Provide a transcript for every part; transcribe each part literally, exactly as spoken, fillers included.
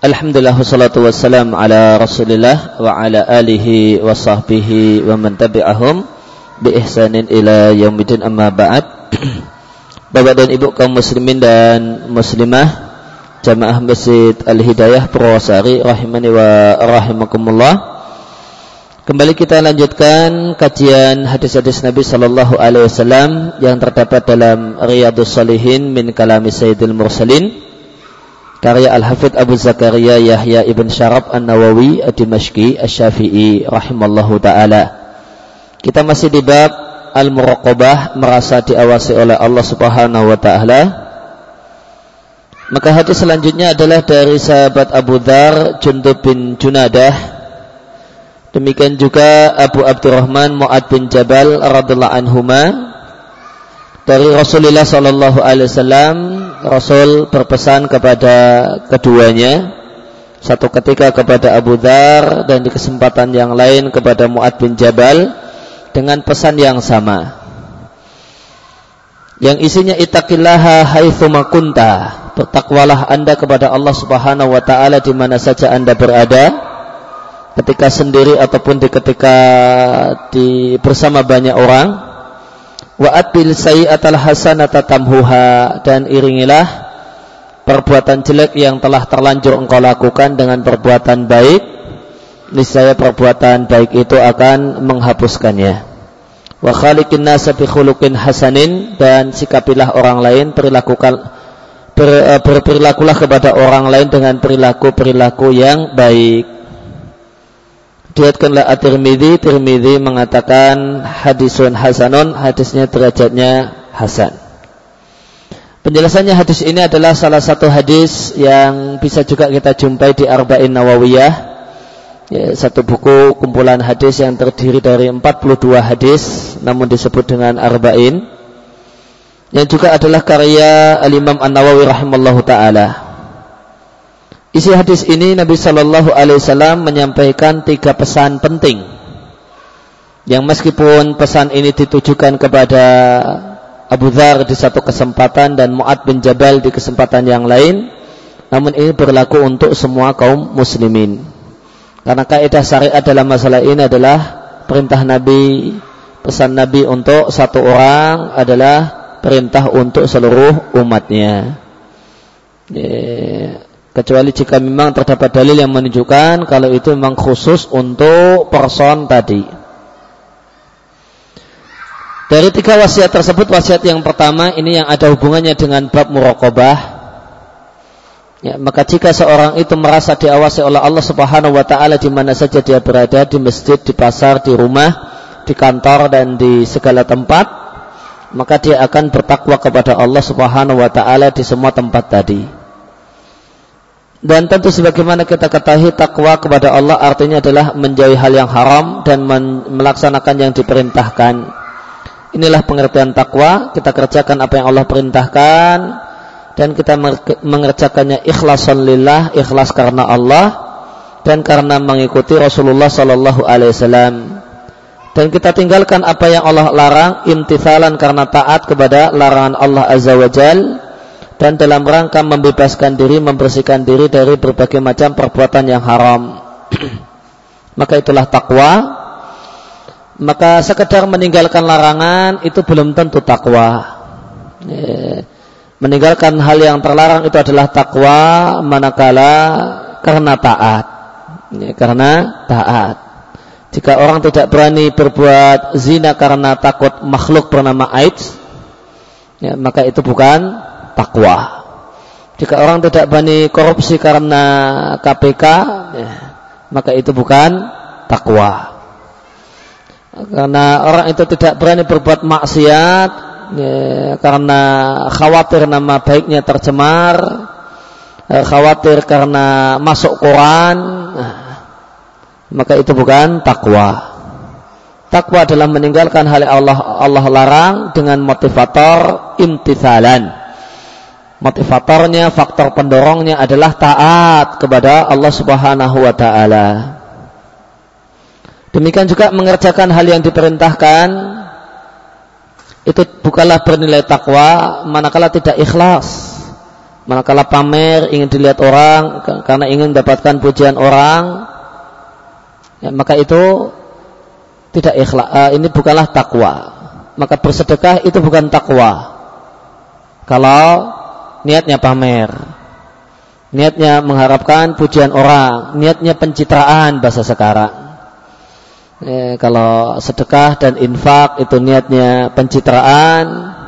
Alhamdulillah wassalatu wassalam ala Rasulillah wa ala alihi wa sahbihi wa man tabi'ahum bi ihsanin ila yaumidin, amma ba'd. Bapak dan Ibu kaum muslimin dan muslimah jamaah Masjid Al-Hidayah Purwosari rahimani wa rahimakumullah. Kembali kita lanjutkan kajian hadis-hadis Nabi sallallahu alaihi wasallam yang terdapat dalam Riyadhus Shalihin min kalami Sayyidil Mursalin, karya Al-Hafidh Abu Zakaria Yahya ibn Syaraf An-Nawawi Ad-Dimashqi Asy-Syafi'i rahimallahu ta'ala. Kita masih di bab Al-Muraqabah, merasa diawasi oleh Allah subhanahu wa ta'ala. Maka hadis selanjutnya adalah dari sahabat Abu Dzar Jundub bin Junadah. Demikian juga Abu Abdurrahman Mu'ad bin Jabal radhiyallahu anhuma. Dari Rasulullah sallallahu alaihi wasallam, Rasul berpesan kepada keduanya, satu ketika kepada Abu Dzar dan di kesempatan yang lain kepada Mu'ad bin Jabal dengan pesan yang sama, yang isinya ittaqillaha haitsuma kunta, bertakwalah Anda kepada Allah Subhanahu wa taala di mana saja Anda berada, ketika sendiri ataupun di ketika di bersama banyak orang. Wa atbil sayyi'atal hasanata tamhuha, dan iringilah perbuatan jelek yang telah terlanjur engkau lakukan dengan perbuatan baik, niscaya perbuatan baik itu akan menghapuskannya. Wa khaliqin nasa bi khuluqin hasanin, dan sikapilah orang lain, perilakukan ber, berperilakulah kepada orang lain dengan perilaku-perilaku yang baik. Diriwayatkanlah At-Tirmidzi, Tirmidzi mengatakan hadisun hasanun, hadisnya derajatnya hasan. Penjelasannya hadis ini adalah salah satu hadis yang bisa juga kita jumpai di Arba'in Nawawiyah, ya, satu buku kumpulan hadis yang terdiri dari empat puluh dua hadis namun disebut dengan Arba'in, yang juga adalah karya Al-Imam An-Nawawi rahimallahu ta'ala. Isi hadis ini Nabi sallallahu alaihi wasallam menyampaikan tiga pesan penting, yang meskipun pesan ini ditujukan kepada Abu Dzar di satu kesempatan dan Mu'ad bin Jabal di kesempatan yang lain, namun ini berlaku untuk semua kaum muslimin. Karena kaidah syariat dalam masalah ini adalah perintah Nabi, pesan Nabi untuk satu orang adalah perintah untuk seluruh umatnya. Yeah. Kecuali jika memang terdapat dalil yang menunjukkan kalau itu memang khusus untuk person tadi. Dari tiga wasiat tersebut, wasiat yang pertama ini yang ada hubungannya dengan bab muraqabah. Ya, maka jika seorang itu merasa diawasi oleh Allah Subhanahu wa taala di mana saja dia berada, di masjid, di pasar, di rumah, di kantor dan di segala tempat, maka dia akan bertakwa kepada Allah Subhanahu wa taala di semua tempat tadi. Dan tentu sebagaimana kita ketahui, takwa kepada Allah artinya adalah menjauhi hal yang haram dan melaksanakan yang diperintahkan. Inilah pengertian takwa, kita kerjakan apa yang Allah perintahkan dan kita mengerjakannya ikhlasan lillah, ikhlas karena Allah dan karena mengikuti Rasulullah sallallahu alaihi wasallam. Dan kita tinggalkan apa yang Allah larang, imtithalan karena taat kepada larangan Allah azza wa jalla, dan dalam rangka membebaskan diri, membersihkan diri dari berbagai macam perbuatan yang haram. Maka itulah takwa. Maka sekedar meninggalkan larangan itu belum tentu takwa. Meninggalkan hal yang terlarang itu adalah takwa manakala karena taat. Karena taat. Jika orang tidak berani berbuat zina karena takut makhluk bernama AIDS, ya, maka itu bukan takwa. Jika orang tidak berani korupsi karena K P K, ya, maka itu bukan takwa. Karena orang itu tidak berani berbuat maksiat, ya, karena khawatir nama baiknya tercemar, khawatir karena masuk koran, nah, maka itu bukan takwa. Takwa adalah meninggalkan hal yang Allah Allah larang dengan motivator imtithalan. Motivatornya, faktor pendorongnya adalah taat kepada Allah Subhanahu wa taala. Demikian juga mengerjakan hal yang diperintahkan itu bukanlah bernilai takwa manakala tidak ikhlas manakala pamer ingin dilihat orang karena ingin mendapatkan pujian orang, ya, maka itu tidak ikhlas. Uh, ini bukanlah takwa. Maka bersedekah itu bukan takwa. Kalau niatnya pamer, niatnya mengharapkan pujian orang, niatnya pencitraan bahasa sekarang. Eh, kalau sedekah dan infak itu niatnya pencitraan,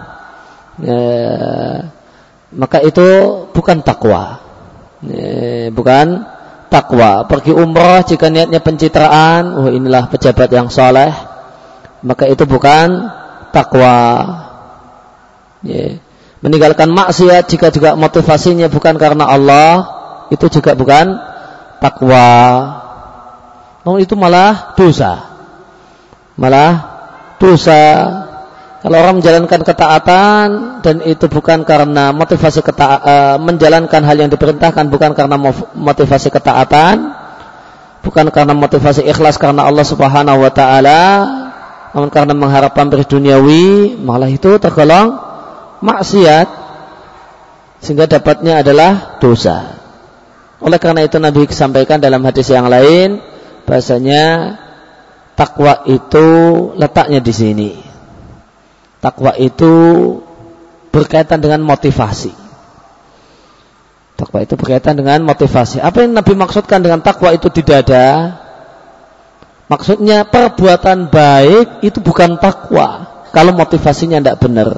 eh, maka itu bukan takwa. Eh, bukan takwa. Pergi umrah jika niatnya pencitraan, oh inilah pejabat yang soleh, maka itu bukan takwa. Eh, meninggalkan maksiat jika juga motivasinya bukan karena Allah, itu juga bukan takwa. Oh, itu malah dosa. Malah dosa. Kalau orang menjalankan ketaatan dan itu bukan karena motivasi keta- uh, menjalankan hal yang diperintahkan bukan karena motivasi ketaatan, bukan karena motivasi ikhlas karena Allah Subhanahu wa taala, namun karena mengharap pamrih duniawi, malah itu tergolong maksiat sehingga dapatnya adalah dosa. Oleh karena itu Nabi sampaikan dalam hadis yang lain, bahasanya takwa itu letaknya di sini. Takwa itu berkaitan dengan motivasi. Takwa itu berkaitan dengan motivasi. Apa yang Nabi maksudkan dengan takwa itu tidak ada? Maksudnya perbuatan baik itu bukan takwa kalau motivasinya tidak benar.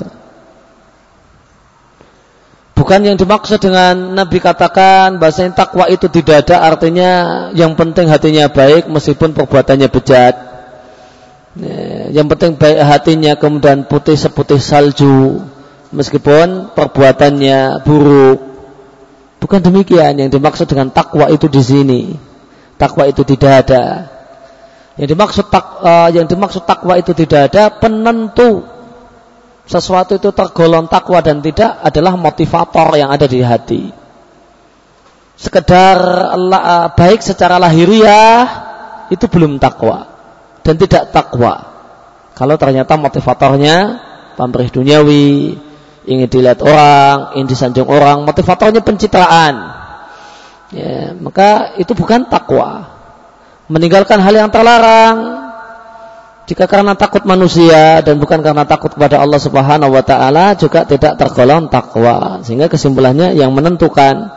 Bukan yang dimaksud dengan Nabi katakan bahasanya takwa itu tidak ada, artinya yang penting hatinya baik meskipun perbuatannya bejat. Yang penting baik hatinya kemudian putih seputih salju meskipun perbuatannya buruk. Bukan demikian yang dimaksud dengan takwa itu di sini. Takwa itu tidak ada. Yang dimaksud tak, uh, yang dimaksud takwa itu tidak ada penentu sesuatu itu tergolong takwa dan tidak adalah motivator yang ada di hati. Sekedar uh, baik secara lahiriah itu belum takwa dan tidak takwa. Kalau ternyata motivatornya pamrih duniawi, ingin dilihat orang, ingin disanjung orang, motivatornya pencitraan, ya, maka itu bukan takwa. Meninggalkan hal yang terlarang jika karena takut manusia dan bukan karena takut kepada Allah Subhanahu wa taala juga tidak tergolong takwa. Sehingga kesimpulannya yang menentukan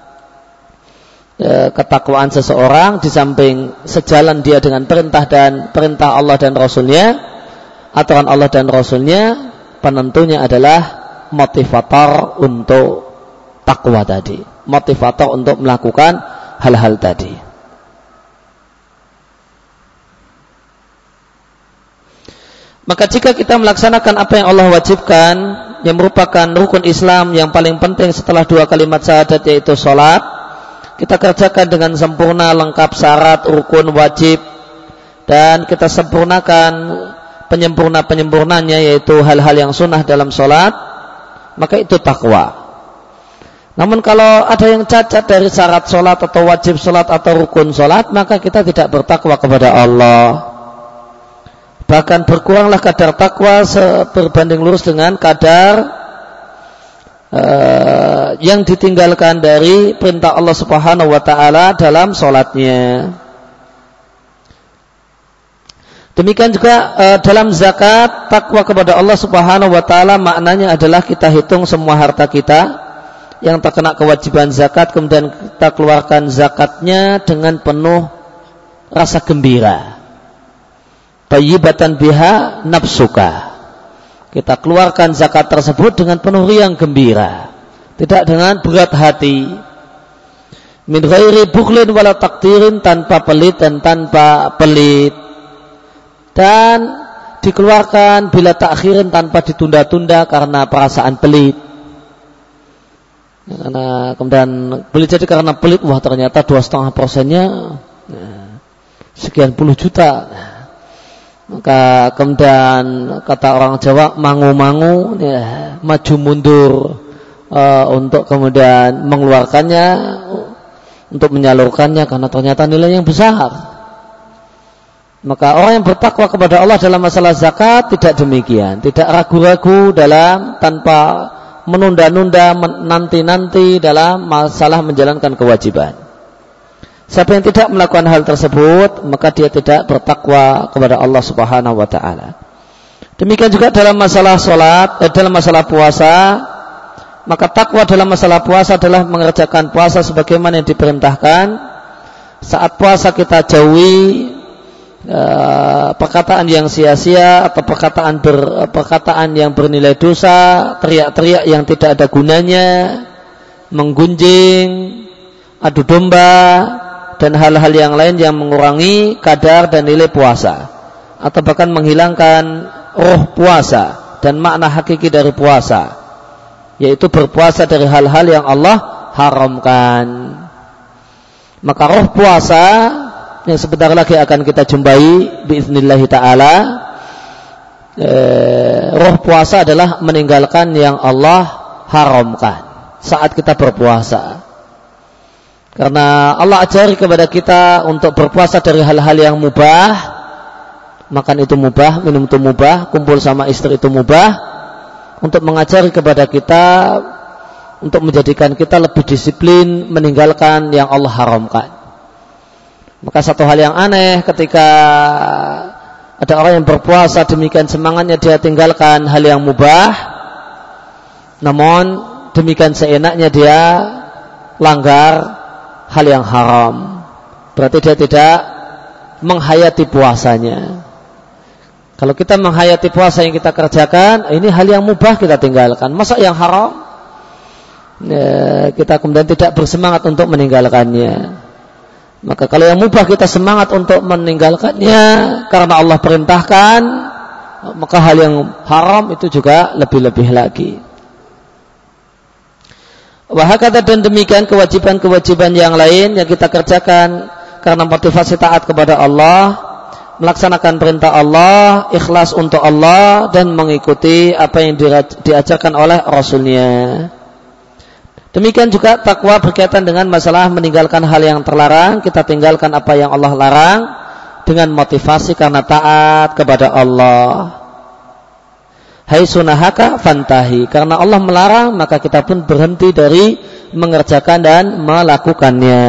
e, ketakwaan seseorang di samping sejalan dia dengan perintah dan perintah Allah dan Rasulnya, aturan Allah dan Rasulnya, penentunya adalah motivator untuk takwa tadi, motivator untuk melakukan hal-hal tadi. Maka jika kita melaksanakan apa yang Allah wajibkan, yang merupakan rukun Islam yang paling penting setelah dua kalimat syahadat yaitu sholat, kita kerjakan dengan sempurna, lengkap syarat, rukun, wajib, dan kita sempurnakan penyempurna-penyempurnanya yaitu hal-hal yang sunnah dalam sholat, maka itu takwa. Namun kalau ada yang cacat dari syarat sholat atau wajib sholat atau rukun sholat, maka kita tidak bertakwa kepada Allah. Bahkan berkuranglah kadar takwa berbanding lurus dengan kadar uh, yang ditinggalkan dari perintah Allah Subhanahu wa taala dalam sholatnya. Demikian juga uh, dalam zakat, takwa kepada Allah Subhanahu wa taala maknanya adalah kita hitung semua harta kita yang terkena kewajiban zakat, kemudian kita keluarkan zakatnya dengan penuh rasa gembira. Tayyibatan biha nafsuka. Kita keluarkan zakat tersebut dengan penuh riang gembira, tidak dengan berat hati. Min ghairi bukhlin wala taktirin, tanpa pelit dan tanpa pelit. Dan dikeluarkan bila takhirin, tanpa ditunda-tunda karena perasaan pelit. Karena kemudian pelit jadi karena pelit, wah ternyata dua setengah persennya nah, sekian puluh juta. Maka kemudian kata orang Jawa mangu-mangu, ya, maju mundur uh, untuk kemudian mengeluarkannya, untuk menyalurkannya karena ternyata nilai yang besar. Maka orang yang bertakwa kepada Allah dalam masalah zakat tidak demikian, tidak ragu-ragu dalam tanpa menunda-nunda, nanti-nanti dalam masalah menjalankan kewajiban. Siapa yang tidak melakukan hal tersebut, maka dia tidak bertakwa kepada Allah Subhanahu wa taala. Demikian juga dalam masalah salat, eh, dalam masalah puasa, maka takwa dalam masalah puasa adalah mengerjakan puasa sebagaimana yang diperintahkan. Saat puasa kita jauhi uh, perkataan yang sia-sia atau perkataan ber, perkataan yang bernilai dosa, teriak-teriak yang tidak ada gunanya, menggunjing, adu domba, dan hal-hal yang lain yang mengurangi kadar dan nilai puasa, atau bahkan menghilangkan roh puasa dan makna hakiki dari puasa, yaitu berpuasa dari hal-hal yang Allah haramkan. Maka roh puasa yang sebentar lagi akan kita jumpai biiznillah ta'ala, eh, roh puasa adalah meninggalkan yang Allah haramkan saat kita berpuasa. Karena Allah ajari kepada kita untuk berpuasa dari hal-hal yang mubah. Makan itu mubah, minum itu mubah, kumpul sama istri itu mubah, untuk mengajari kepada kita, untuk menjadikan kita lebih disiplin meninggalkan yang Allah haramkan. Maka satu hal yang aneh ketika ada orang yang berpuasa demikian semangatnya dia tinggalkan hal yang mubah, namun demikian seenaknya dia langgar hal yang haram. Berarti dia tidak menghayati puasanya. Kalau kita menghayati puasa yang kita kerjakan, ini hal yang mubah kita tinggalkan. Masa yang haram? Ya, kita kemudian tidak bersemangat untuk meninggalkannya. Maka kalau yang mubah kita semangat untuk meninggalkannya karena Allah perintahkan, maka hal yang haram itu juga lebih-lebih lagi. Wahakata, dan demikian kewajiban-kewajiban yang lain yang kita kerjakan karena motivasi taat kepada Allah, melaksanakan perintah Allah, ikhlas untuk Allah, dan mengikuti apa yang diajarkan oleh Rasulnya. Demikian juga takwa berkaitan dengan masalah meninggalkan hal yang terlarang. Kita tinggalkan apa yang Allah larang dengan motivasi karena taat kepada Allah. Hai sunahaka fantahi, karena Allah melarang maka kita pun berhenti dari mengerjakan dan melakukannya.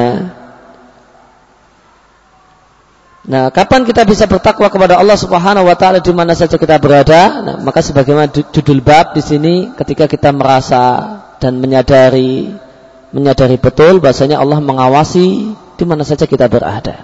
Nah, kapan kita bisa bertakwa kepada Allah Subhanahu wa taala di mana saja kita berada? Nah, maka sebagaimana judul bab di sini, ketika kita merasa dan menyadari menyadari betul bahasanya Allah mengawasi di mana saja kita berada.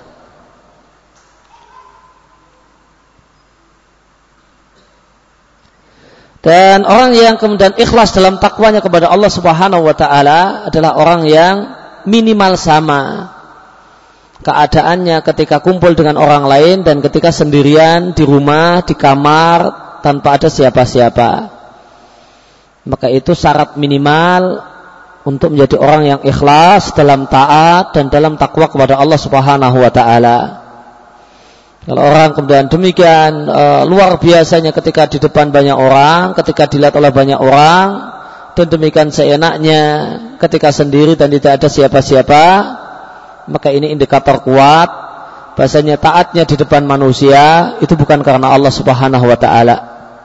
Dan orang yang kemudian ikhlas dalam takwanya kepada Allah Subhanahu wa taala adalah orang yang minimal sama keadaannya ketika kumpul dengan orang lain dan ketika sendirian di rumah, di kamar tanpa ada siapa-siapa. Maka itu syarat minimal untuk menjadi orang yang ikhlas dalam taat dan dalam takwa kepada Allah Subhanahu wa taala. Kalau orang kemudian demikian e, luar biasanya ketika di depan banyak orang, ketika dilihat oleh banyak orang, dan demikian seenaknya ketika sendiri dan tidak ada siapa-siapa, maka ini indikator kuat bahasanya taatnya di depan manusia itu bukan karena Allah Subhanahu wa taala.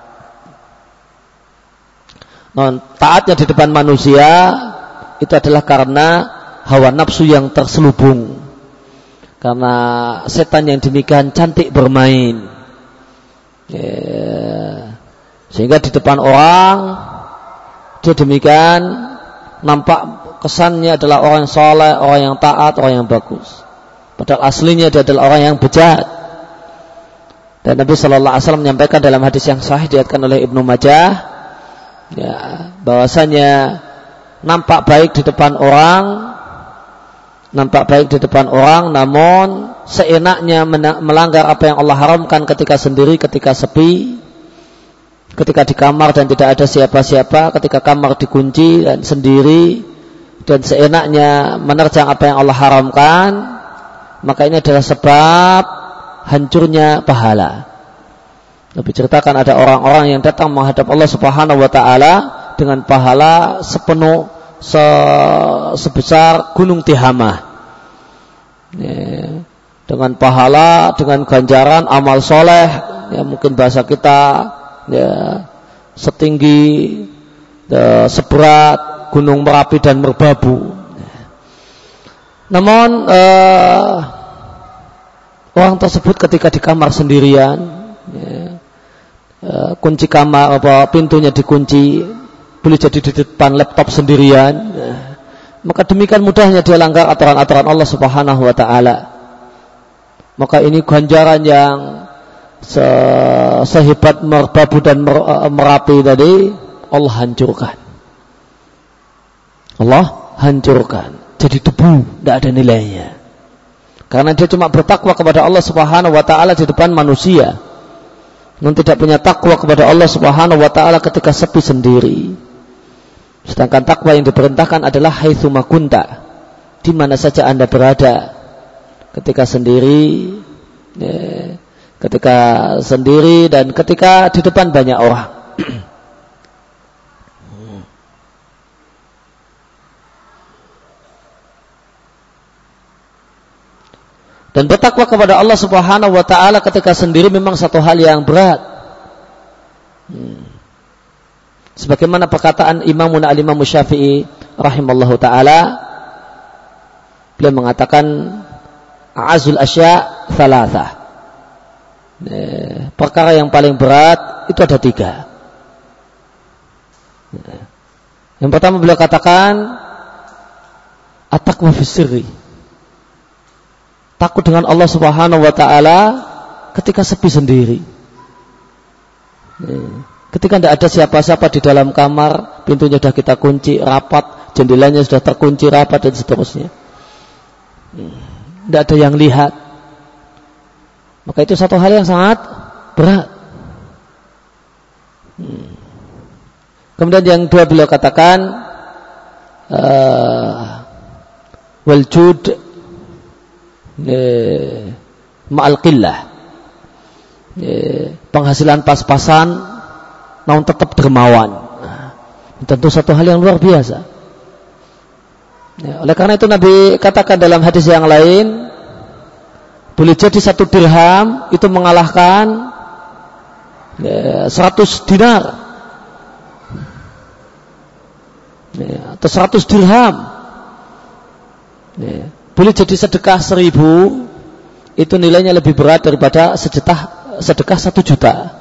Non, taatnya di depan manusia itu adalah karena hawa nafsu yang terselubung. Karena setan yang demikian cantik bermain, ya. Sehingga di depan orang dia demikian nampak kesannya adalah orang yang soleh, orang yang taat, orang yang bagus. Padahal aslinya dia adalah orang yang bejat. Dan Nabi Shallallahu Alaihi Wasallam menyampaikan dalam hadis yang sahih diriwayatkan oleh Ibnu Majah, ya, bahwasanya nampak baik di depan orang. Nampak baik di depan orang, namun seenaknya melanggar apa yang Allah haramkan ketika sendiri, ketika sepi, ketika di kamar dan tidak ada siapa-siapa, ketika kamar dikunci dan sendiri, dan seenaknya menerjang apa yang Allah haramkan, maka ini adalah sebab hancurnya pahala. Nabi ceritakan ada orang-orang yang datang menghadap Allah Subhanahu wa taala dengan pahala sepenuh Se, sebesar gunung Tihamah, ya, dengan pahala, dengan ganjaran amal soleh, ya, mungkin bahasa kita, ya, setinggi uh, seberat Gunung Merapi dan Merbabu. Namun uh, orang tersebut ketika di kamar sendirian, ya, uh, kunci kamar apa pintunya dikunci, boleh jadi di depan laptop sendirian, ya, maka demikian mudahnya dia langgar aturan-aturan Allah Subhanahu wa taala. Maka ini ganjaran yang se sehebat Merbabu dan mer Merapi tadi Allah hancurkan. Allah hancurkan. Jadi debu, tidak ada nilainya. Karena dia cuma bertakwa kepada Allah Subhanahu wa taala di depan manusia. Dan tidak punya takwa kepada Allah Subhanahu wa taala ketika sepi sendiri. Sedangkan takwa yang diperintahkan adalah haitsu ma kunta, di mana saja Anda berada. Ketika sendiri, ya, ketika sendiri dan ketika di depan banyak orang. Dan bertakwa kepada Allah Subhanahu wa taala ketika sendiri memang satu hal yang berat. Hmm. Sebagaimana perkataan Imamuna al-Imam Syafi'i rahimallahu taala, beliau mengatakan a'azul asya' thalatha. Eh, perkara yang paling berat itu ada tiga. Eh, yang pertama beliau katakan at-taqwa fis sirri. Takut dengan Allah Subhanahu wa taala ketika sepi sendiri. Ketika tidak ada siapa-siapa di dalam kamar, pintunya sudah kita kunci rapat, jendelanya sudah terkunci rapat dan seterusnya. Tidak ada yang lihat. Maka itu satu hal yang sangat berat. Kemudian yang dua beliau katakan uh, wal jud Eh, ma'al qillah, eh, penghasilan pas-pasan namun tetap dermawan. Nah, tentu satu hal yang luar biasa. Ya, oleh karena itu Nabi katakan dalam hadis yang lain, boleh jadi satu dirham itu mengalahkan ya, seratus dinar, ya, atau seratus dirham. Ya. Boleh jadi sedekah seribu, itu nilainya lebih berat daripada sedekah, sedekah satu juta.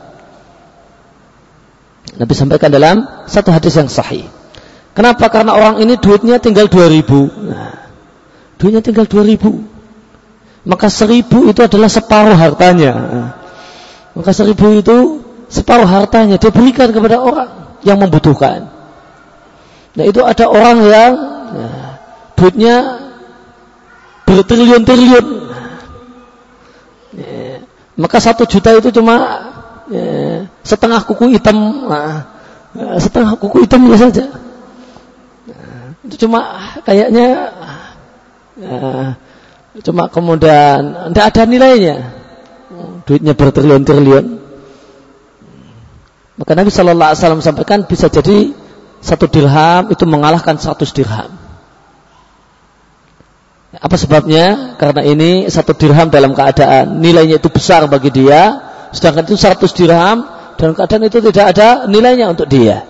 Nabi sampaikan dalam satu hadis yang sahih. Kenapa? Karena orang ini duitnya tinggal dua ribu. Nah, duitnya tinggal dua ribu. Maka seribu itu adalah separuh hartanya. Maka seribu itu separuh hartanya dia berikan kepada orang yang membutuhkan. Nah itu ada orang yang nah, duitnya bertriliun-triliun, ya, maka satu juta itu cuma ya, setengah kuku hitam, nah, setengah kuku hitamnya saja. Nah, itu cuma kayaknya, ya, cuma kemudian tidak ada nilainya, duitnya bertriliun-triliun. Maka Nabi Shallallahu Alaihi Wasallam sampaikan bisa jadi satu dirham itu mengalahkan seratus dirham. Apa sebabnya? Karena ini satu dirham dalam keadaan nilainya itu besar bagi dia, sedangkan itu seratus dirham dalam keadaan itu tidak ada nilainya untuk dia.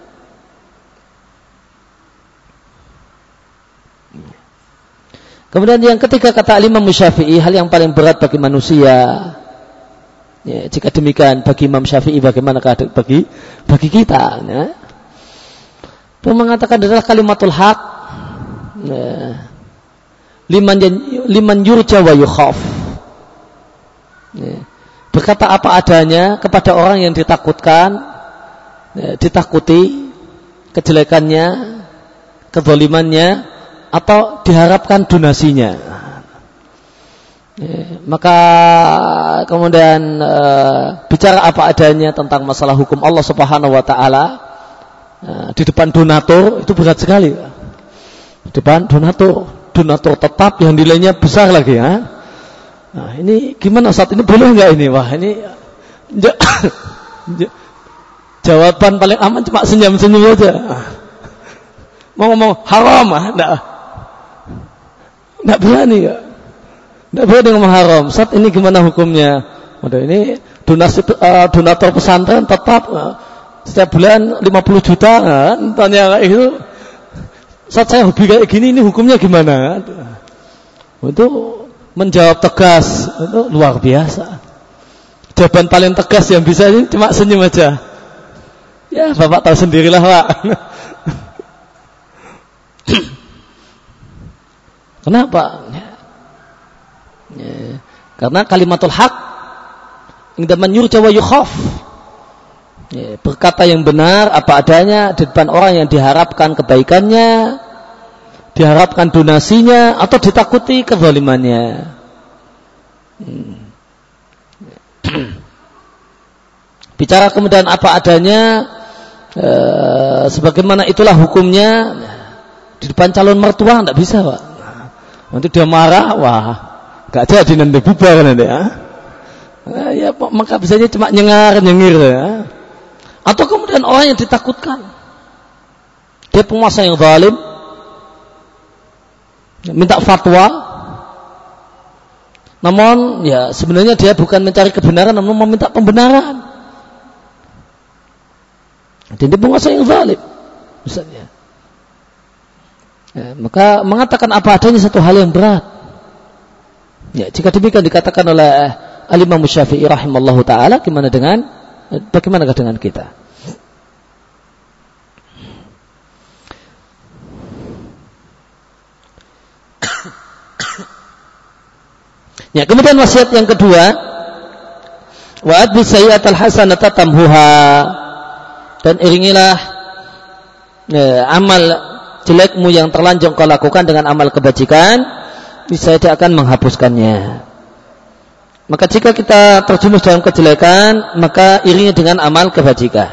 Kemudian yang ketiga kata Imam Syafi'i, hal yang paling berat bagi manusia. Ya, jika demikian bagi Imam Syafi'i, bagaimana bagi bagi kita? Ya. Dia mengatakan adalah kalimatul haq. Ya. Liman liman yurja wa yukhaf. Ya. Berkata apa adanya kepada orang yang ditakutkan, ya, ditakuti kejelekannya, kezalimannya, atau diharapkan donasinya. Ya, maka kemudian e, bicara apa adanya tentang masalah hukum Allah Subhanahu wa taala e, di depan donatur itu berat sekali. Di depan donatur donatur tetap yang nilainya besar lagi, ya. Nah, ini gimana saat ini, boleh nggak ini? Wah, ini jawaban paling aman cuma senyum-senyum aja. Mau ngomong haram, ah, enggak. Enggak berani, enggak. Enggak berani ngomong haram. Saat ini gimana hukumnya? Waduh, ini donasi uh, donatur pesantren tetap uh, setiap bulan lima puluh juta kan, tanya kayak gitu. Saat saya hobi kayak gini, ini hukumnya gimana? Itu menjawab tegas, itu luar biasa. Jawaban paling tegas yang bisa ini cuma senyum aja. Ya, Bapak tahu sendirilah, Pak. Kenapa? Ya. Ya. Karena kalimatul haq indaman yurja wa yukhaf. Ya, berkata yang benar apa adanya di depan orang yang diharapkan kebaikannya, diharapkan donasinya, atau ditakuti kezalimannya. Hmm. Bicara kemudian apa adanya, e, sebagaimana itulah hukumnya. Di depan calon mertua tidak bisa, Pak. Nanti dia marah, wah, gak jadi nanti bubar nanti ya. Nah, ya maka bisanya cuma nyengar nyengir ya. Atau kemudian orang yang ditakutkan, dia penguasa yang zalim, minta fatwa, namun ya sebenarnya dia bukan mencari kebenaran, namun meminta pembenaran. Dan dia penguasa yang zalim, misalnya. Ya, maka mengatakan apa adanya satu hal yang berat. Ya, jika demikian dikatakan oleh Al-Imam Syafi'i rahimallahu taala, gimana dengan bagaimanakah dengan kita? Ya, kemudian wasiat yang kedua, wa adbi sayyi'atal hasanata tamhuha, dan iringilah ya, amal jelekmu yang terlanjur kau lakukan dengan amal kebajikan, niscaya dia akan menghapuskannya. Maka jika kita terjumus dalam kejelekan, maka iringi dengan amal kebajikan.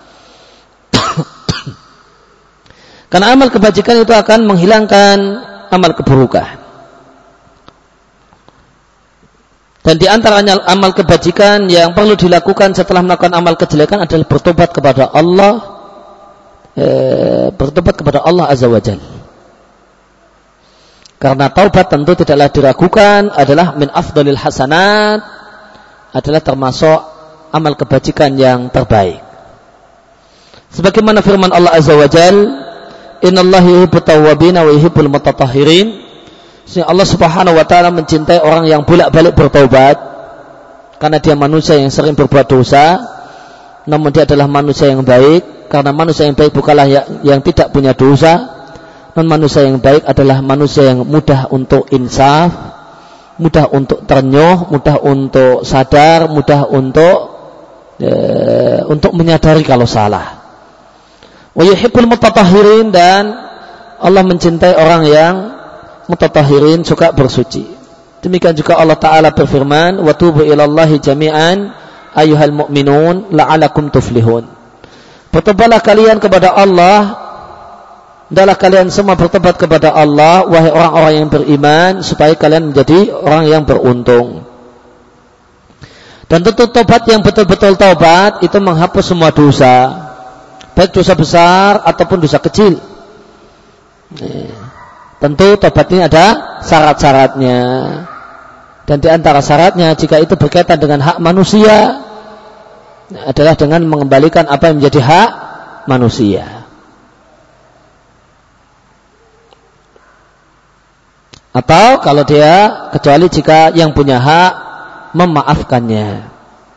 Karena amal kebajikan itu akan menghilangkan amal keburukan. Dan di antaranya amal kebajikan yang perlu dilakukan setelah melakukan amal kejelekan adalah bertobat kepada Allah, eh, bertobat kepada Allah Azza wa Jalla. Karena taubat tentu tidaklah diragukan adalah min afdalil hasanat, adalah termasuk amal kebajikan yang terbaik. Sebagaimana firman Allah Azza wa Jalla, innallaha yuhibbut tawwabin wa yuhibbul mutatahhirin. Allah Subhanahu wa taala mencintai orang yang bolak-balik bertaubat, karena dia manusia yang sering berbuat dosa, namun dia adalah manusia yang baik, karena manusia yang baik bukanlah yang, yang tidak punya dosa. Dan manusia yang baik adalah manusia yang mudah untuk insaf, mudah untuk ternyuh, mudah untuk sadar, mudah untuk e, untuk menyadari kalau salah. Wa yuhibbul mutatahhirin, dan Allah mencintai orang yang mutatahhirin, suka bersuci. Demikian juga Allah Ta'ala berfirman, wa tubu ilallahi jami'an ayyuhal mu'minun la'alakum tuflihun. Bertobatlah kalian kepada Allah, hendaklah kalian semua bertobat kepada Allah, wahai orang-orang yang beriman, supaya kalian menjadi orang yang beruntung. Dan tentu tobat yang betul-betul tobat itu menghapus semua dosa, baik dosa besar ataupun dosa kecil. Tentu tobat ini ada syarat-syaratnya. Dan di antara syaratnya, jika itu berkaitan dengan hak manusia, adalah dengan mengembalikan apa yang menjadi hak manusia. Atau kalau dia, kecuali jika yang punya hak memaafkannya.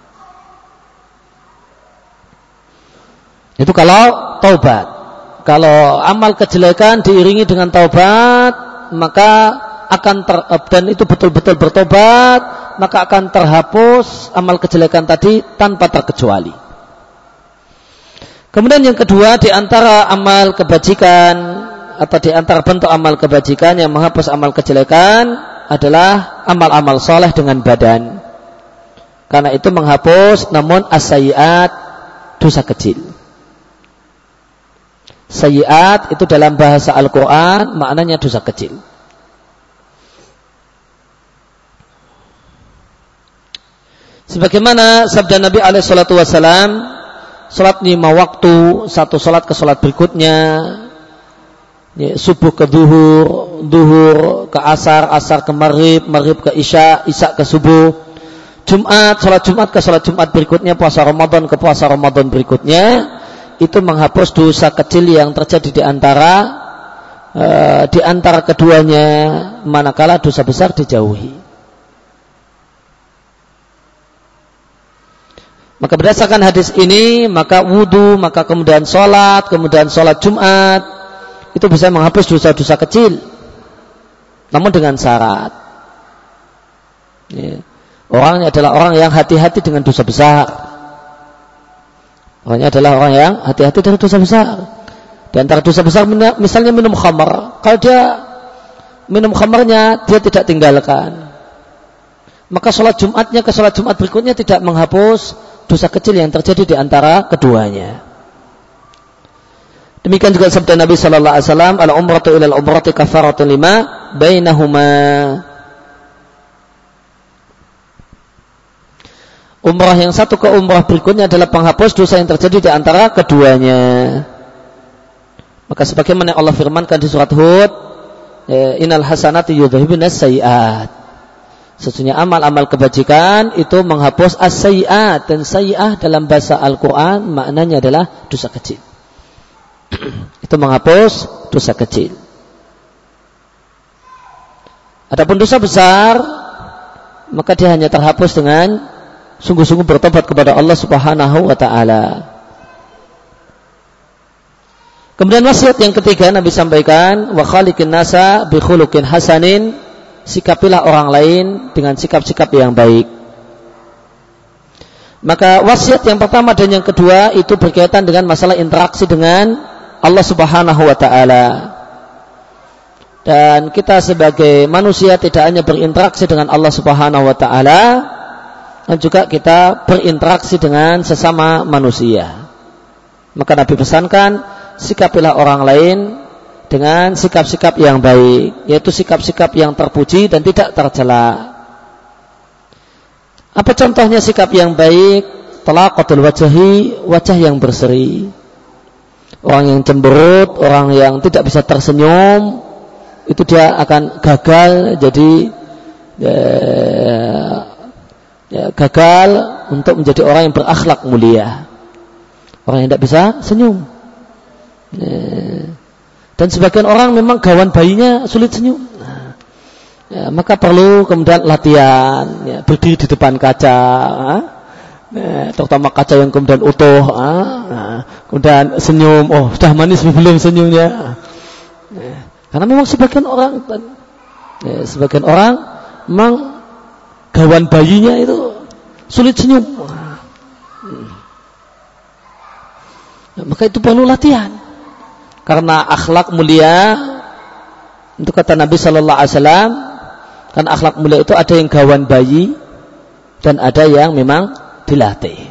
Itu kalau taubat. Kalau amal kejelekan diiringi dengan taubat, maka akan ter, dan itu betul-betul bertobat, maka akan terhapus amal kejelekan tadi tanpa terkecuali. Kemudian yang kedua, di antara amal kebajikan atau di antara bentuk amal kebajikan yang menghapus amal kejelekan adalah amal-amal soleh dengan badan. Karena itu menghapus, namun as-sayyi'at, dosa kecil. Sayyi'at itu dalam bahasa Al-Quran maknanya dosa kecil. Sebagaimana sabda Nabi alaihi salatu wasalam, salat lima waktu, satu salat ke salat berikutnya, ya, subuh ke duhur, duhur ke asar, asar ke maghrib, maghrib ke isya, isya ke subuh, Jumat, salat Jumat ke salat Jumat berikutnya, puasa Ramadan ke puasa Ramadan berikutnya, itu menghapus dosa kecil yang terjadi di antara uh, di antara keduanya manakala dosa besar dijauhi. Maka berdasarkan hadis ini, maka wudu, maka kemudian sholat, kemudian sholat Jumat itu bisa menghapus dosa-dosa kecil, namun dengan syarat. Ya. Orangnya adalah orang yang hati-hati dengan dosa besar. Orangnya adalah orang yang hati-hati dengan dosa besar. Di antara dosa besar misalnya minum khamar. Kalau dia minum khamarnya dia tidak tinggalkan, maka sholat Jumatnya ke sholat Jumat berikutnya tidak menghapus dosa kecil yang terjadi di antara keduanya. Demikian juga sabda Nabi sallallahu alaihi wasallam, al-umratu ilal umrati kafaratun lima bainahuma. Umrah yang satu ke umrah berikutnya adalah penghapus dosa yang terjadi di antara keduanya. Maka sebagaimana Allah firmankan di surat Hud, innal hasanati yudhhibunas sayyi'at. Sesungguhnya amal-amal kebajikan itu menghapus as-sayyi'at, dan sayyi'ah dalam bahasa Al-Qur'an maknanya adalah dosa kecil. Itu menghapus dosa kecil. Adapun dosa besar, maka dia hanya terhapus dengan sungguh-sungguh bertobat kepada Allah Subhanahu wa ta'ala. Kemudian wasiat yang ketiga Nabi sampaikan, wa khaliqin nasa bi khuluqin hasanin, sikapilah orang lain dengan sikap-sikap yang baik. Maka wasiat yang pertama dan yang kedua itu berkaitan dengan masalah interaksi dengan Allah Subhanahu wa ta'ala. Dan kita sebagai manusia tidak hanya berinteraksi dengan Allah Subhanahu wa ta'ala, dan juga kita berinteraksi dengan sesama manusia. Maka Nabi pesankan, sikapilah orang lain dengan sikap-sikap yang baik, yaitu sikap-sikap yang terpuji dan tidak tercela. Apa contohnya sikap yang baik? Talaqatul wajhi, wajah yang berseri. Orang yang cemberut, orang yang tidak bisa tersenyum, itu dia akan gagal jadi ya, ya, gagal untuk menjadi orang yang berakhlak mulia. Orang yang tidak bisa senyum. Ya. Dan sebagian orang memang gawan bayinya sulit senyum. Nah, ya, maka perlu kemudian latihan, ya, berdiri di depan kaca, nah, terutama kaca yang kemudian utuh, nah, kemudian senyum. Oh, sudah manis belum senyumnya? Nah, karena memang sebagian orang, ya, sebagian orang memang gawan bayinya itu sulit senyum. Nah, maka itu perlu latihan. Karena akhlak mulia, itu kata Nabi Sallallahu Alaihi Wasallam, kan akhlak mulia itu ada yang gawan bayi dan ada yang memang dilatih.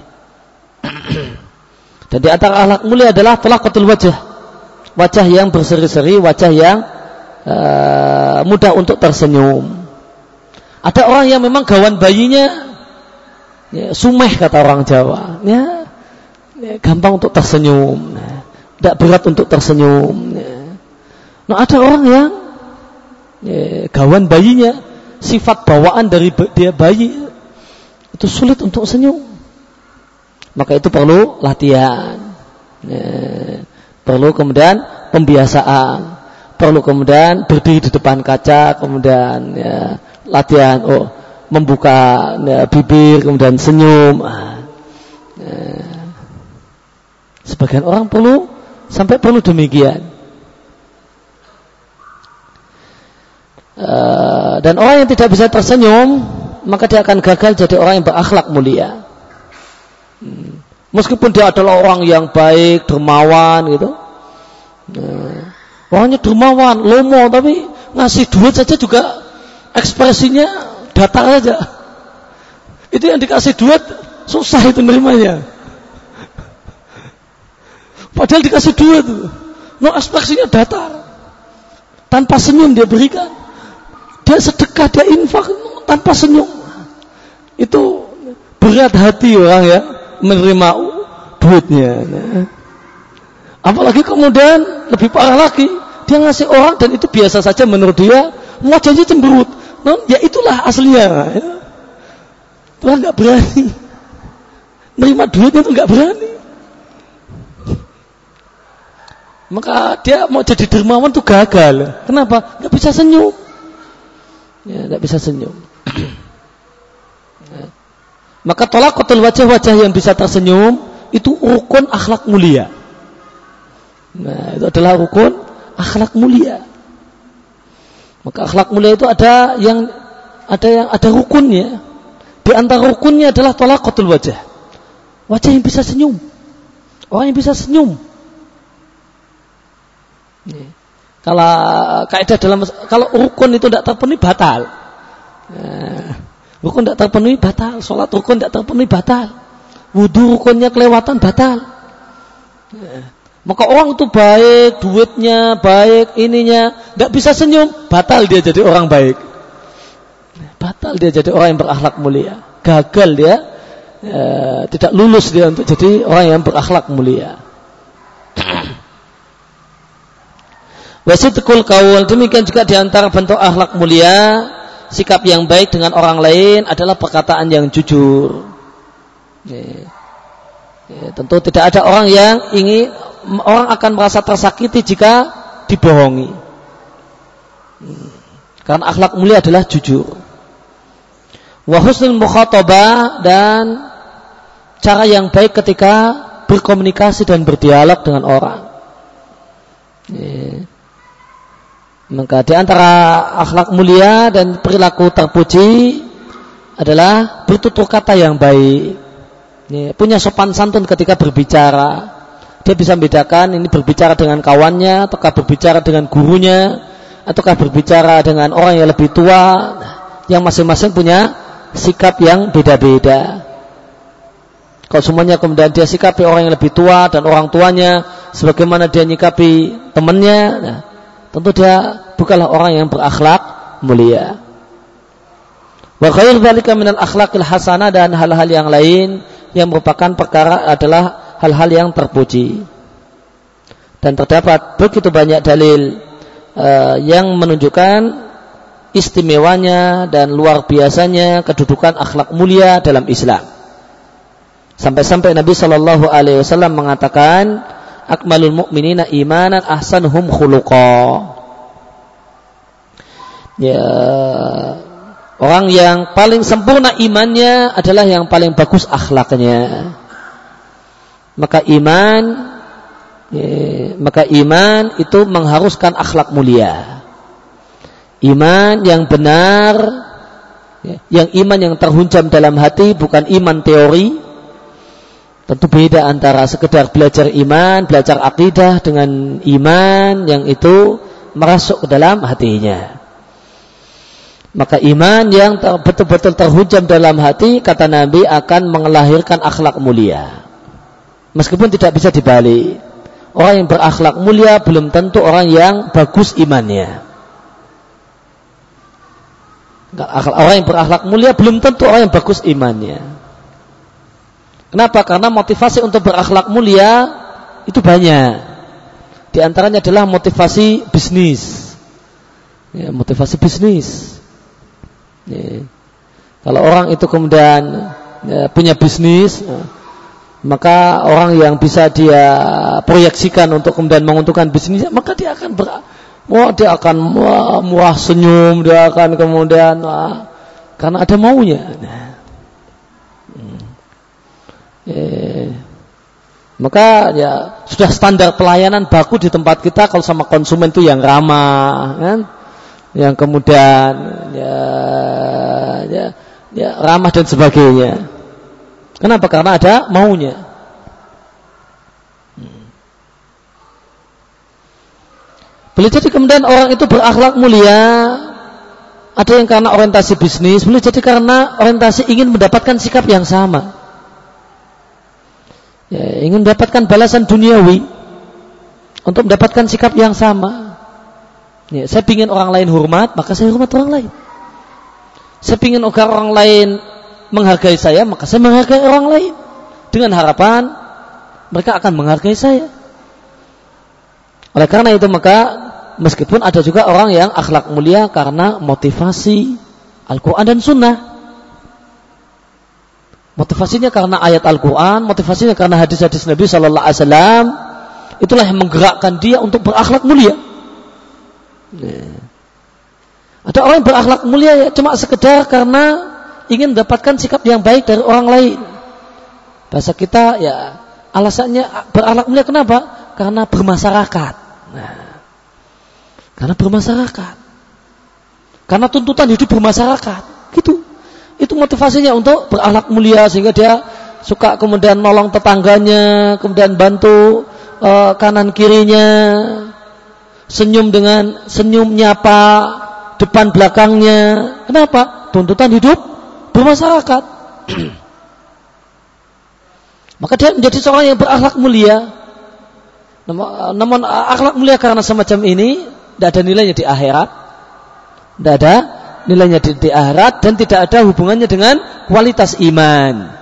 Dan di antara akhlak mulia adalah talaqatul wajh, wajah yang berseri-seri, wajah yang uh, mudah untuk tersenyum. Ada orang yang memang gawan bayinya ya, sumeh kata orang Jawa, ya, ya, gampang untuk tersenyum. Nah, tidak berat untuk tersenyum. Nah, ada orang yang ya, gawan bayinya, sifat bawaan dari dia bayi itu sulit untuk senyum. Maka itu perlu latihan, ya, perlu kemudian pembiasaan, perlu kemudian berdiri di depan kaca, kemudian ya, latihan, oh membuka ya, bibir, kemudian senyum. Ya. Sebagian orang perlu sampai perlu demikian. Uh, dan orang yang tidak bisa tersenyum, maka dia akan gagal jadi orang yang berakhlak mulia. Hmm. Meskipun dia adalah orang yang baik, dermawan gitu. Uh, orangnya dermawan, lomo, tapi ngasih duit saja juga ekspresinya datar saja. Itu yang dikasih duit susah itu nerimanya. Padahal dikasih duit, no, ekspresinya datar, tanpa senyum dia berikan, dia sedekah, dia infak tanpa senyum. Itu berat hati orang ya menerima duitnya. Apalagi kemudian lebih parah lagi, dia ngasih orang dan itu biasa saja menurut dia, wajahnya cemberut. No, ya itulah aslinya. Ya. Tuhan nggak berani, menerima duitnya itu nggak berani. maka dia mau jadi dermawan tuh gagal. Kenapa? Nggak bisa senyum. Ya, nggak bisa senyum. Ya. Maka talaqatul wajah-wajah yang bisa tersenyum itu rukun akhlak mulia. Nah, itu adalah rukun akhlak mulia. Maka akhlak mulia itu ada yang ada yang ada rukunnya. Di antara rukunnya adalah talaqatul wajah. Wajah yang bisa senyum. Orang yang bisa senyum. Nih. Kalau kaidah dalam kalau rukun itu tidak terpenuhi batal. Nah, rukun tidak terpenuhi batal, salat rukun tidak terpenuhi batal. Wudu rukunnya kelewatan batal. Nah, maka orang itu baik, duitnya baik, ininya tidak bisa senyum, batal dia jadi orang baik. Batal dia jadi orang yang berakhlak mulia. Gagal dia, ya, tidak lulus dia untuk jadi orang yang berakhlak mulia. Wasidqul qaul, demikian juga di antara bentuk akhlak mulia, sikap yang baik dengan orang lain adalah perkataan yang jujur. Ya. Ya, tentu tidak ada orang yang ingin orang akan merasa tersakiti jika dibohongi. Hmm. Karena akhlak mulia adalah jujur. Wa husnul mukhatabah, dan cara yang baik ketika berkomunikasi dan berdialog dengan orang. Ya. Maka di antara akhlak mulia dan perilaku terpuji adalah bertutur kata yang baik. Ya, punya sopan santun ketika berbicara. Dia bisa membedakan ini berbicara dengan kawannya, ataukah berbicara dengan gurunya, ataukah berbicara dengan orang yang lebih tua, yang masing-masing punya sikap yang beda-beda. Kalau semuanya kemudian dia sikapi orang yang lebih tua dan orang tuanya sebagaimana dia nyikapi temannya, nah, tentu dia bukanlah orang yang berakhlak mulia. Wa khair dzalika minal akhlaqil hasanah, dan hal-hal yang lain yang merupakan perkara adalah hal-hal yang terpuji. Dan terdapat begitu banyak dalil uh, yang menunjukkan istimewanya dan luar biasanya kedudukan akhlak mulia dalam Islam. Sampai-sampai Nabi Shallallahu Alaihi Wasallam mengatakan, akmalul mu'minina imanan ahsanuhum khuluqa. Ya, orang yang paling sempurna imannya adalah yang paling bagus akhlaknya. Maka iman, ya, maka iman itu mengharuskan akhlak mulia. Iman yang benar, ya, yang iman yang terhunjam dalam hati, bukan iman teori. Tentu beda antara sekedar belajar iman, belajar akidah dengan iman yang itu merasuk ke dalam hatinya. Maka iman yang ter, betul-betul terhujam dalam hati, kata Nabi, akan melahirkan akhlak mulia. Meskipun tidak bisa dibalik. Orang yang berakhlak mulia belum tentu orang yang bagus imannya. Orang yang berakhlak mulia belum tentu orang yang bagus imannya. Kenapa? Karena motivasi untuk berakhlak mulia itu banyak. Di antaranya adalah motivasi bisnis. Ya, motivasi bisnis. Ya. Kalau orang itu kemudian ya, punya bisnis, ya, maka orang yang bisa dia proyeksikan untuk kemudian menguntungkan bisnisnya, maka dia akan ber, wah, dia akan wah, murah senyum, dia akan kemudian wah, karena ada maunya. Nah. Eh, maka ya sudah standar pelayanan baku di tempat kita kalau sama konsumen itu yang ramah, kan? Yang kemudian ya, ya, ya ramah dan sebagainya. Kenapa? Karena ada maunya. Hmm. Boleh jadi kemudian orang itu berakhlak mulia, ada yang karena orientasi bisnis, boleh jadi karena orientasi ingin mendapatkan sikap yang sama. Ya, ingin mendapatkan balasan duniawi untuk mendapatkan sikap yang sama. Ya, saya ingin orang lain hormat, maka saya hormat orang lain. Saya ingin agar orang lain menghargai saya, maka saya menghargai orang lain. Dengan harapan mereka akan menghargai saya. Oleh karena itu maka meskipun ada juga orang yang akhlak mulia karena motivasi Al-Quran dan Sunnah. Motivasinya karena ayat Al-Quran, motivasinya karena hadis-hadis Nabi Sallallahu Alaihi Wasallam, itulah yang menggerakkan dia untuk berakhlak mulia. Nah, ada orang yang berakhlak mulia ya cuma sekedar karena ingin mendapatkan sikap yang baik dari orang lain. Bahasa kita ya alasannya berakhlak mulia kenapa? Karena bermasyarakat. Nah, karena bermasyarakat. Karena tuntutan hidup bermasyarakat. Gitu. Itu motivasinya untuk berakhlak mulia sehingga dia suka kemudian nolong tetangganya, kemudian bantu uh, kanan kirinya, senyum dengan senyum nyapa depan belakangnya. Kenapa? Tuntutan hidup bermasyarakat. Maka dia menjadi seorang yang berakhlak mulia. Namun akhlak mulia karena semacam ini tidak ada nilainya di akhirat. Tidak ada nilainya di, di akhirat dan tidak ada hubungannya dengan kualitas iman.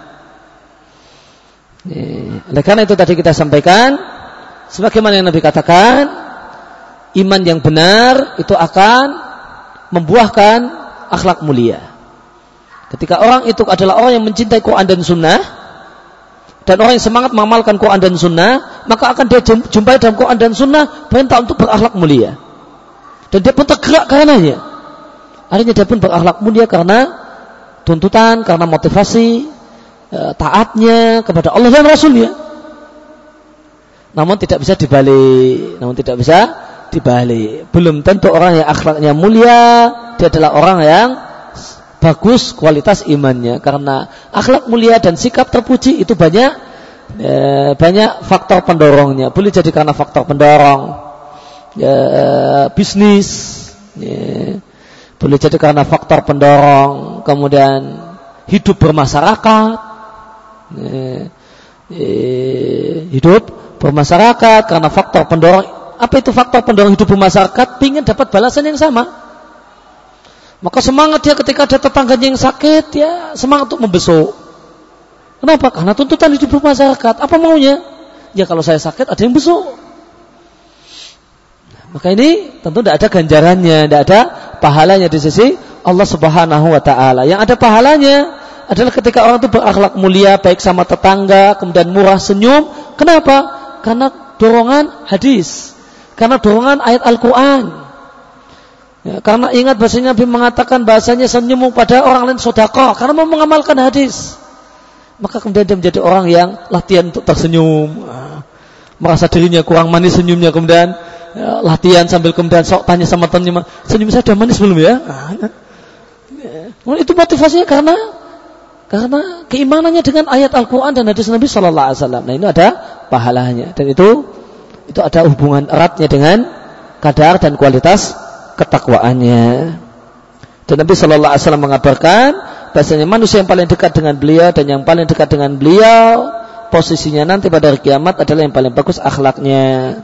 Oleh karena itu tadi kita sampaikan, sebagaimana yang Nabi katakan, iman yang benar itu akan membuahkan akhlak mulia. Ketika orang itu adalah orang yang mencintai Quran dan Sunnah, dan orang yang semangat mengamalkan Quran dan Sunnah, maka akan dia jumpai dalam Quran dan Sunnah perintah untuk berakhlak mulia. Dan dia pun tergerak karenanya. Akhirnya dia pun berakhlak mulia karena tuntutan, karena motivasi e, taatnya kepada Allah dan Rasulnya. Namun tidak bisa dibalik. Namun tidak bisa dibalik. Belum tentu orang yang akhlaknya mulia dia adalah orang yang bagus kualitas imannya. Karena akhlak mulia dan sikap terpuji itu banyak e, banyak faktor pendorongnya. Boleh jadi karena faktor pendorong e, bisnis. E, Boleh jadi karena faktor pendorong, kemudian hidup bermasyarakat, eh, eh, hidup bermasyarakat karena faktor pendorong. Apa itu faktor pendorong hidup bermasyarakat? Ingin dapat balasan yang sama. Maka semangat dia ketika ada tetangganya yang sakit, ya semangat untuk membesuk. Kenapa? Karena tuntutan hidup bermasyarakat. Apa maunya? Ya kalau saya sakit ada yang besuk. Maka ini tentu tidak ada ganjarannya, tidak ada pahalanya di sisi Allah Subhanahu wa taala. Yang ada pahalanya adalah ketika orang itu berakhlak mulia baik sama tetangga, kemudian murah senyum. Kenapa? Karena dorongan hadis. Karena dorongan ayat Al-Qur'an. Ya, karena ingat bahasanya Nabi mengatakan bahasanya senyum pada orang lain sedekah, karena mau mengamalkan hadis. Maka kemudian dia menjadi orang yang latihan untuk tersenyum. Merasa dirinya kurang manis senyumnya, kemudian ya, latihan sambil kemudian sok tanya sama temannya, senyum saya sudah manis belum ya? Nah, ya. Itu motivasinya karena karena keimanannya dengan ayat Al-Quran dan hadis Nabi Sallallahu Alaihi Wasallam. Nah ini ada pahalanya dan itu itu ada hubungan eratnya dengan kadar dan kualitas ketakwaannya. Dan Nabi Sallallahu Alaihi Wasallam mengabarkan bahasanya manusia yang paling dekat dengan beliau dan yang paling dekat dengan beliau posisinya nanti pada hari kiamat adalah yang paling bagus akhlaknya.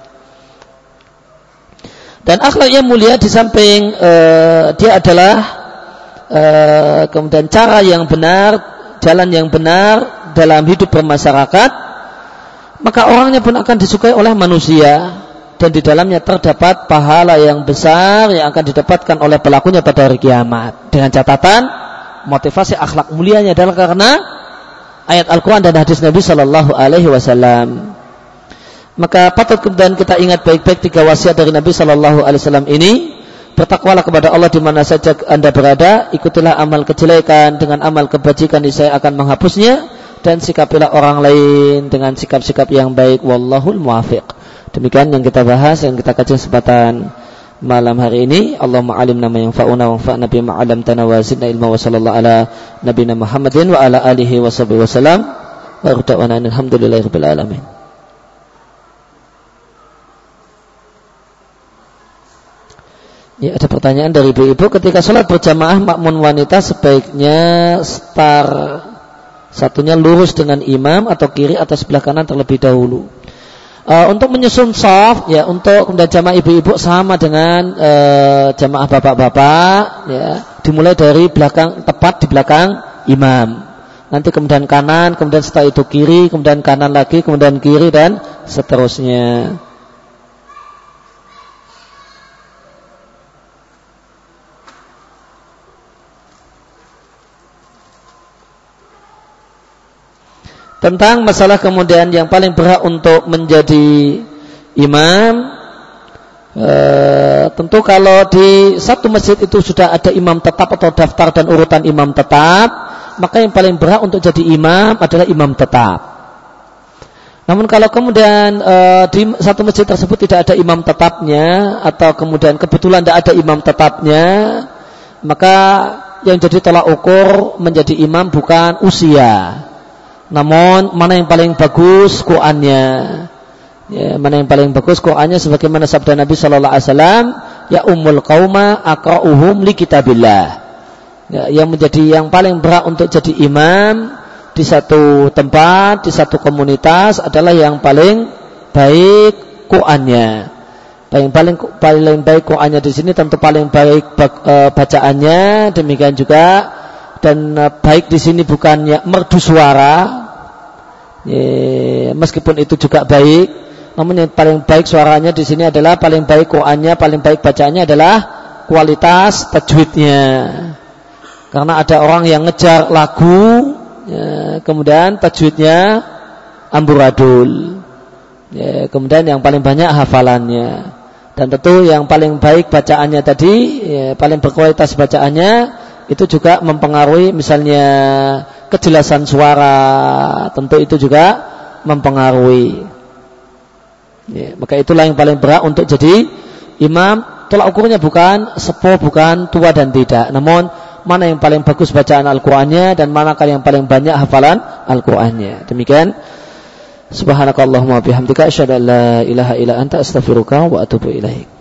Dan akhlak yang mulia di samping uh, dia adalah uh, kemudian cara yang benar, jalan yang benar dalam hidup bermasyarakat, maka orangnya pun akan disukai oleh manusia dan di dalamnya terdapat pahala yang besar yang akan didapatkan oleh pelakunya pada hari kiamat. Dengan catatan motivasi akhlak mulianya adalah karena ayat Al-Quran dan hadis Nabi Sallallahu Alaihi Wasallam. Maka patut kemudian kita ingat baik-baik tiga wasiat dari Nabi Sallallahu Alaihi Wasallam ini. Bertakwalah kepada Allah di mana saja anda berada. Ikutilah amal kejelekan dengan amal kebajikan, niscaya akan menghapusnya. Dan sikapilah orang lain dengan sikap-sikap yang baik. Wallahul muwafiq. Demikian yang kita bahas, yang kita kaji kesempatan malam hari ini. Allahumma alimna ma yanfa'una wa anfa'na bima 'allamtana wa zidna ilma wa sallallahu ala nabiyina Muhammadin wa ala alihi wa sahbihi wasallam. Wa rada'ana alhamdulillahirabbil alamin. Ya, ada pertanyaan dari ibu-ibu, ketika sholat berjamaah makmum wanita sebaiknya star satunya lurus dengan imam atau kiri atau sebelah kanan terlebih dahulu. Uh, untuk menyusun shaf, ya untuk kemudian jamaah ibu-ibu sama dengan uh, jamaah bapak-bapak, ya dimulai dari belakang, tepat di belakang imam. Nanti kemudian kanan, kemudian setelah itu kiri, kemudian kanan lagi, kemudian kiri dan seterusnya. Tentang masalah kemudian yang paling berhak untuk menjadi imam. E, tentu kalau di satu masjid itu sudah ada imam tetap atau daftar dan urutan imam tetap, maka yang paling berhak untuk jadi imam adalah imam tetap. Namun kalau kemudian e, di satu masjid tersebut tidak ada imam tetapnya, atau kemudian kebetulan tidak ada imam tetapnya, maka yang jadi tolak ukur menjadi imam bukan usia, namun mana yang paling bagus Qur'annya. Ya, mana yang paling bagus Qur'annya, sebagaimana sabda Nabi sallallahu alaihi wasallam, ya ummul qauma aqra'uhum li kitabillah. Ya, yang menjadi yang paling berhak untuk jadi imam di satu tempat, di satu komunitas adalah yang paling baik Qur'annya. Paling paling paling baik Qur'annya di sini tentu paling baik bacaannya, demikian juga, dan baik di sini bukannya merdu suara. Ya, meskipun itu juga baik, namun yang paling baik suaranya di sini adalah paling baik Qur'annya, paling baik bacaannya adalah kualitas tajwidnya. Karena ada orang yang ngejar lagu, ya, kemudian tajwidnya amburadul, ya, kemudian yang paling banyak hafalannya. Dan tentu yang paling baik bacaannya tadi, ya, paling berkualitas bacaannya, itu juga mempengaruhi misalnya kejelasan suara, tentu itu juga mempengaruhi. Ya, maka itulah yang paling berat untuk jadi imam. Tolak ukurnya bukan sepuh, bukan tua dan tidak, namun mana yang paling bagus bacaan Al-Qur'annya dan manakah yang paling banyak hafalan Al-Qur'annya. Demikian. Subhanakallahumma bihamdika asyhadu an la ilaha illa anta astaghfiruka wa atubu ilaik.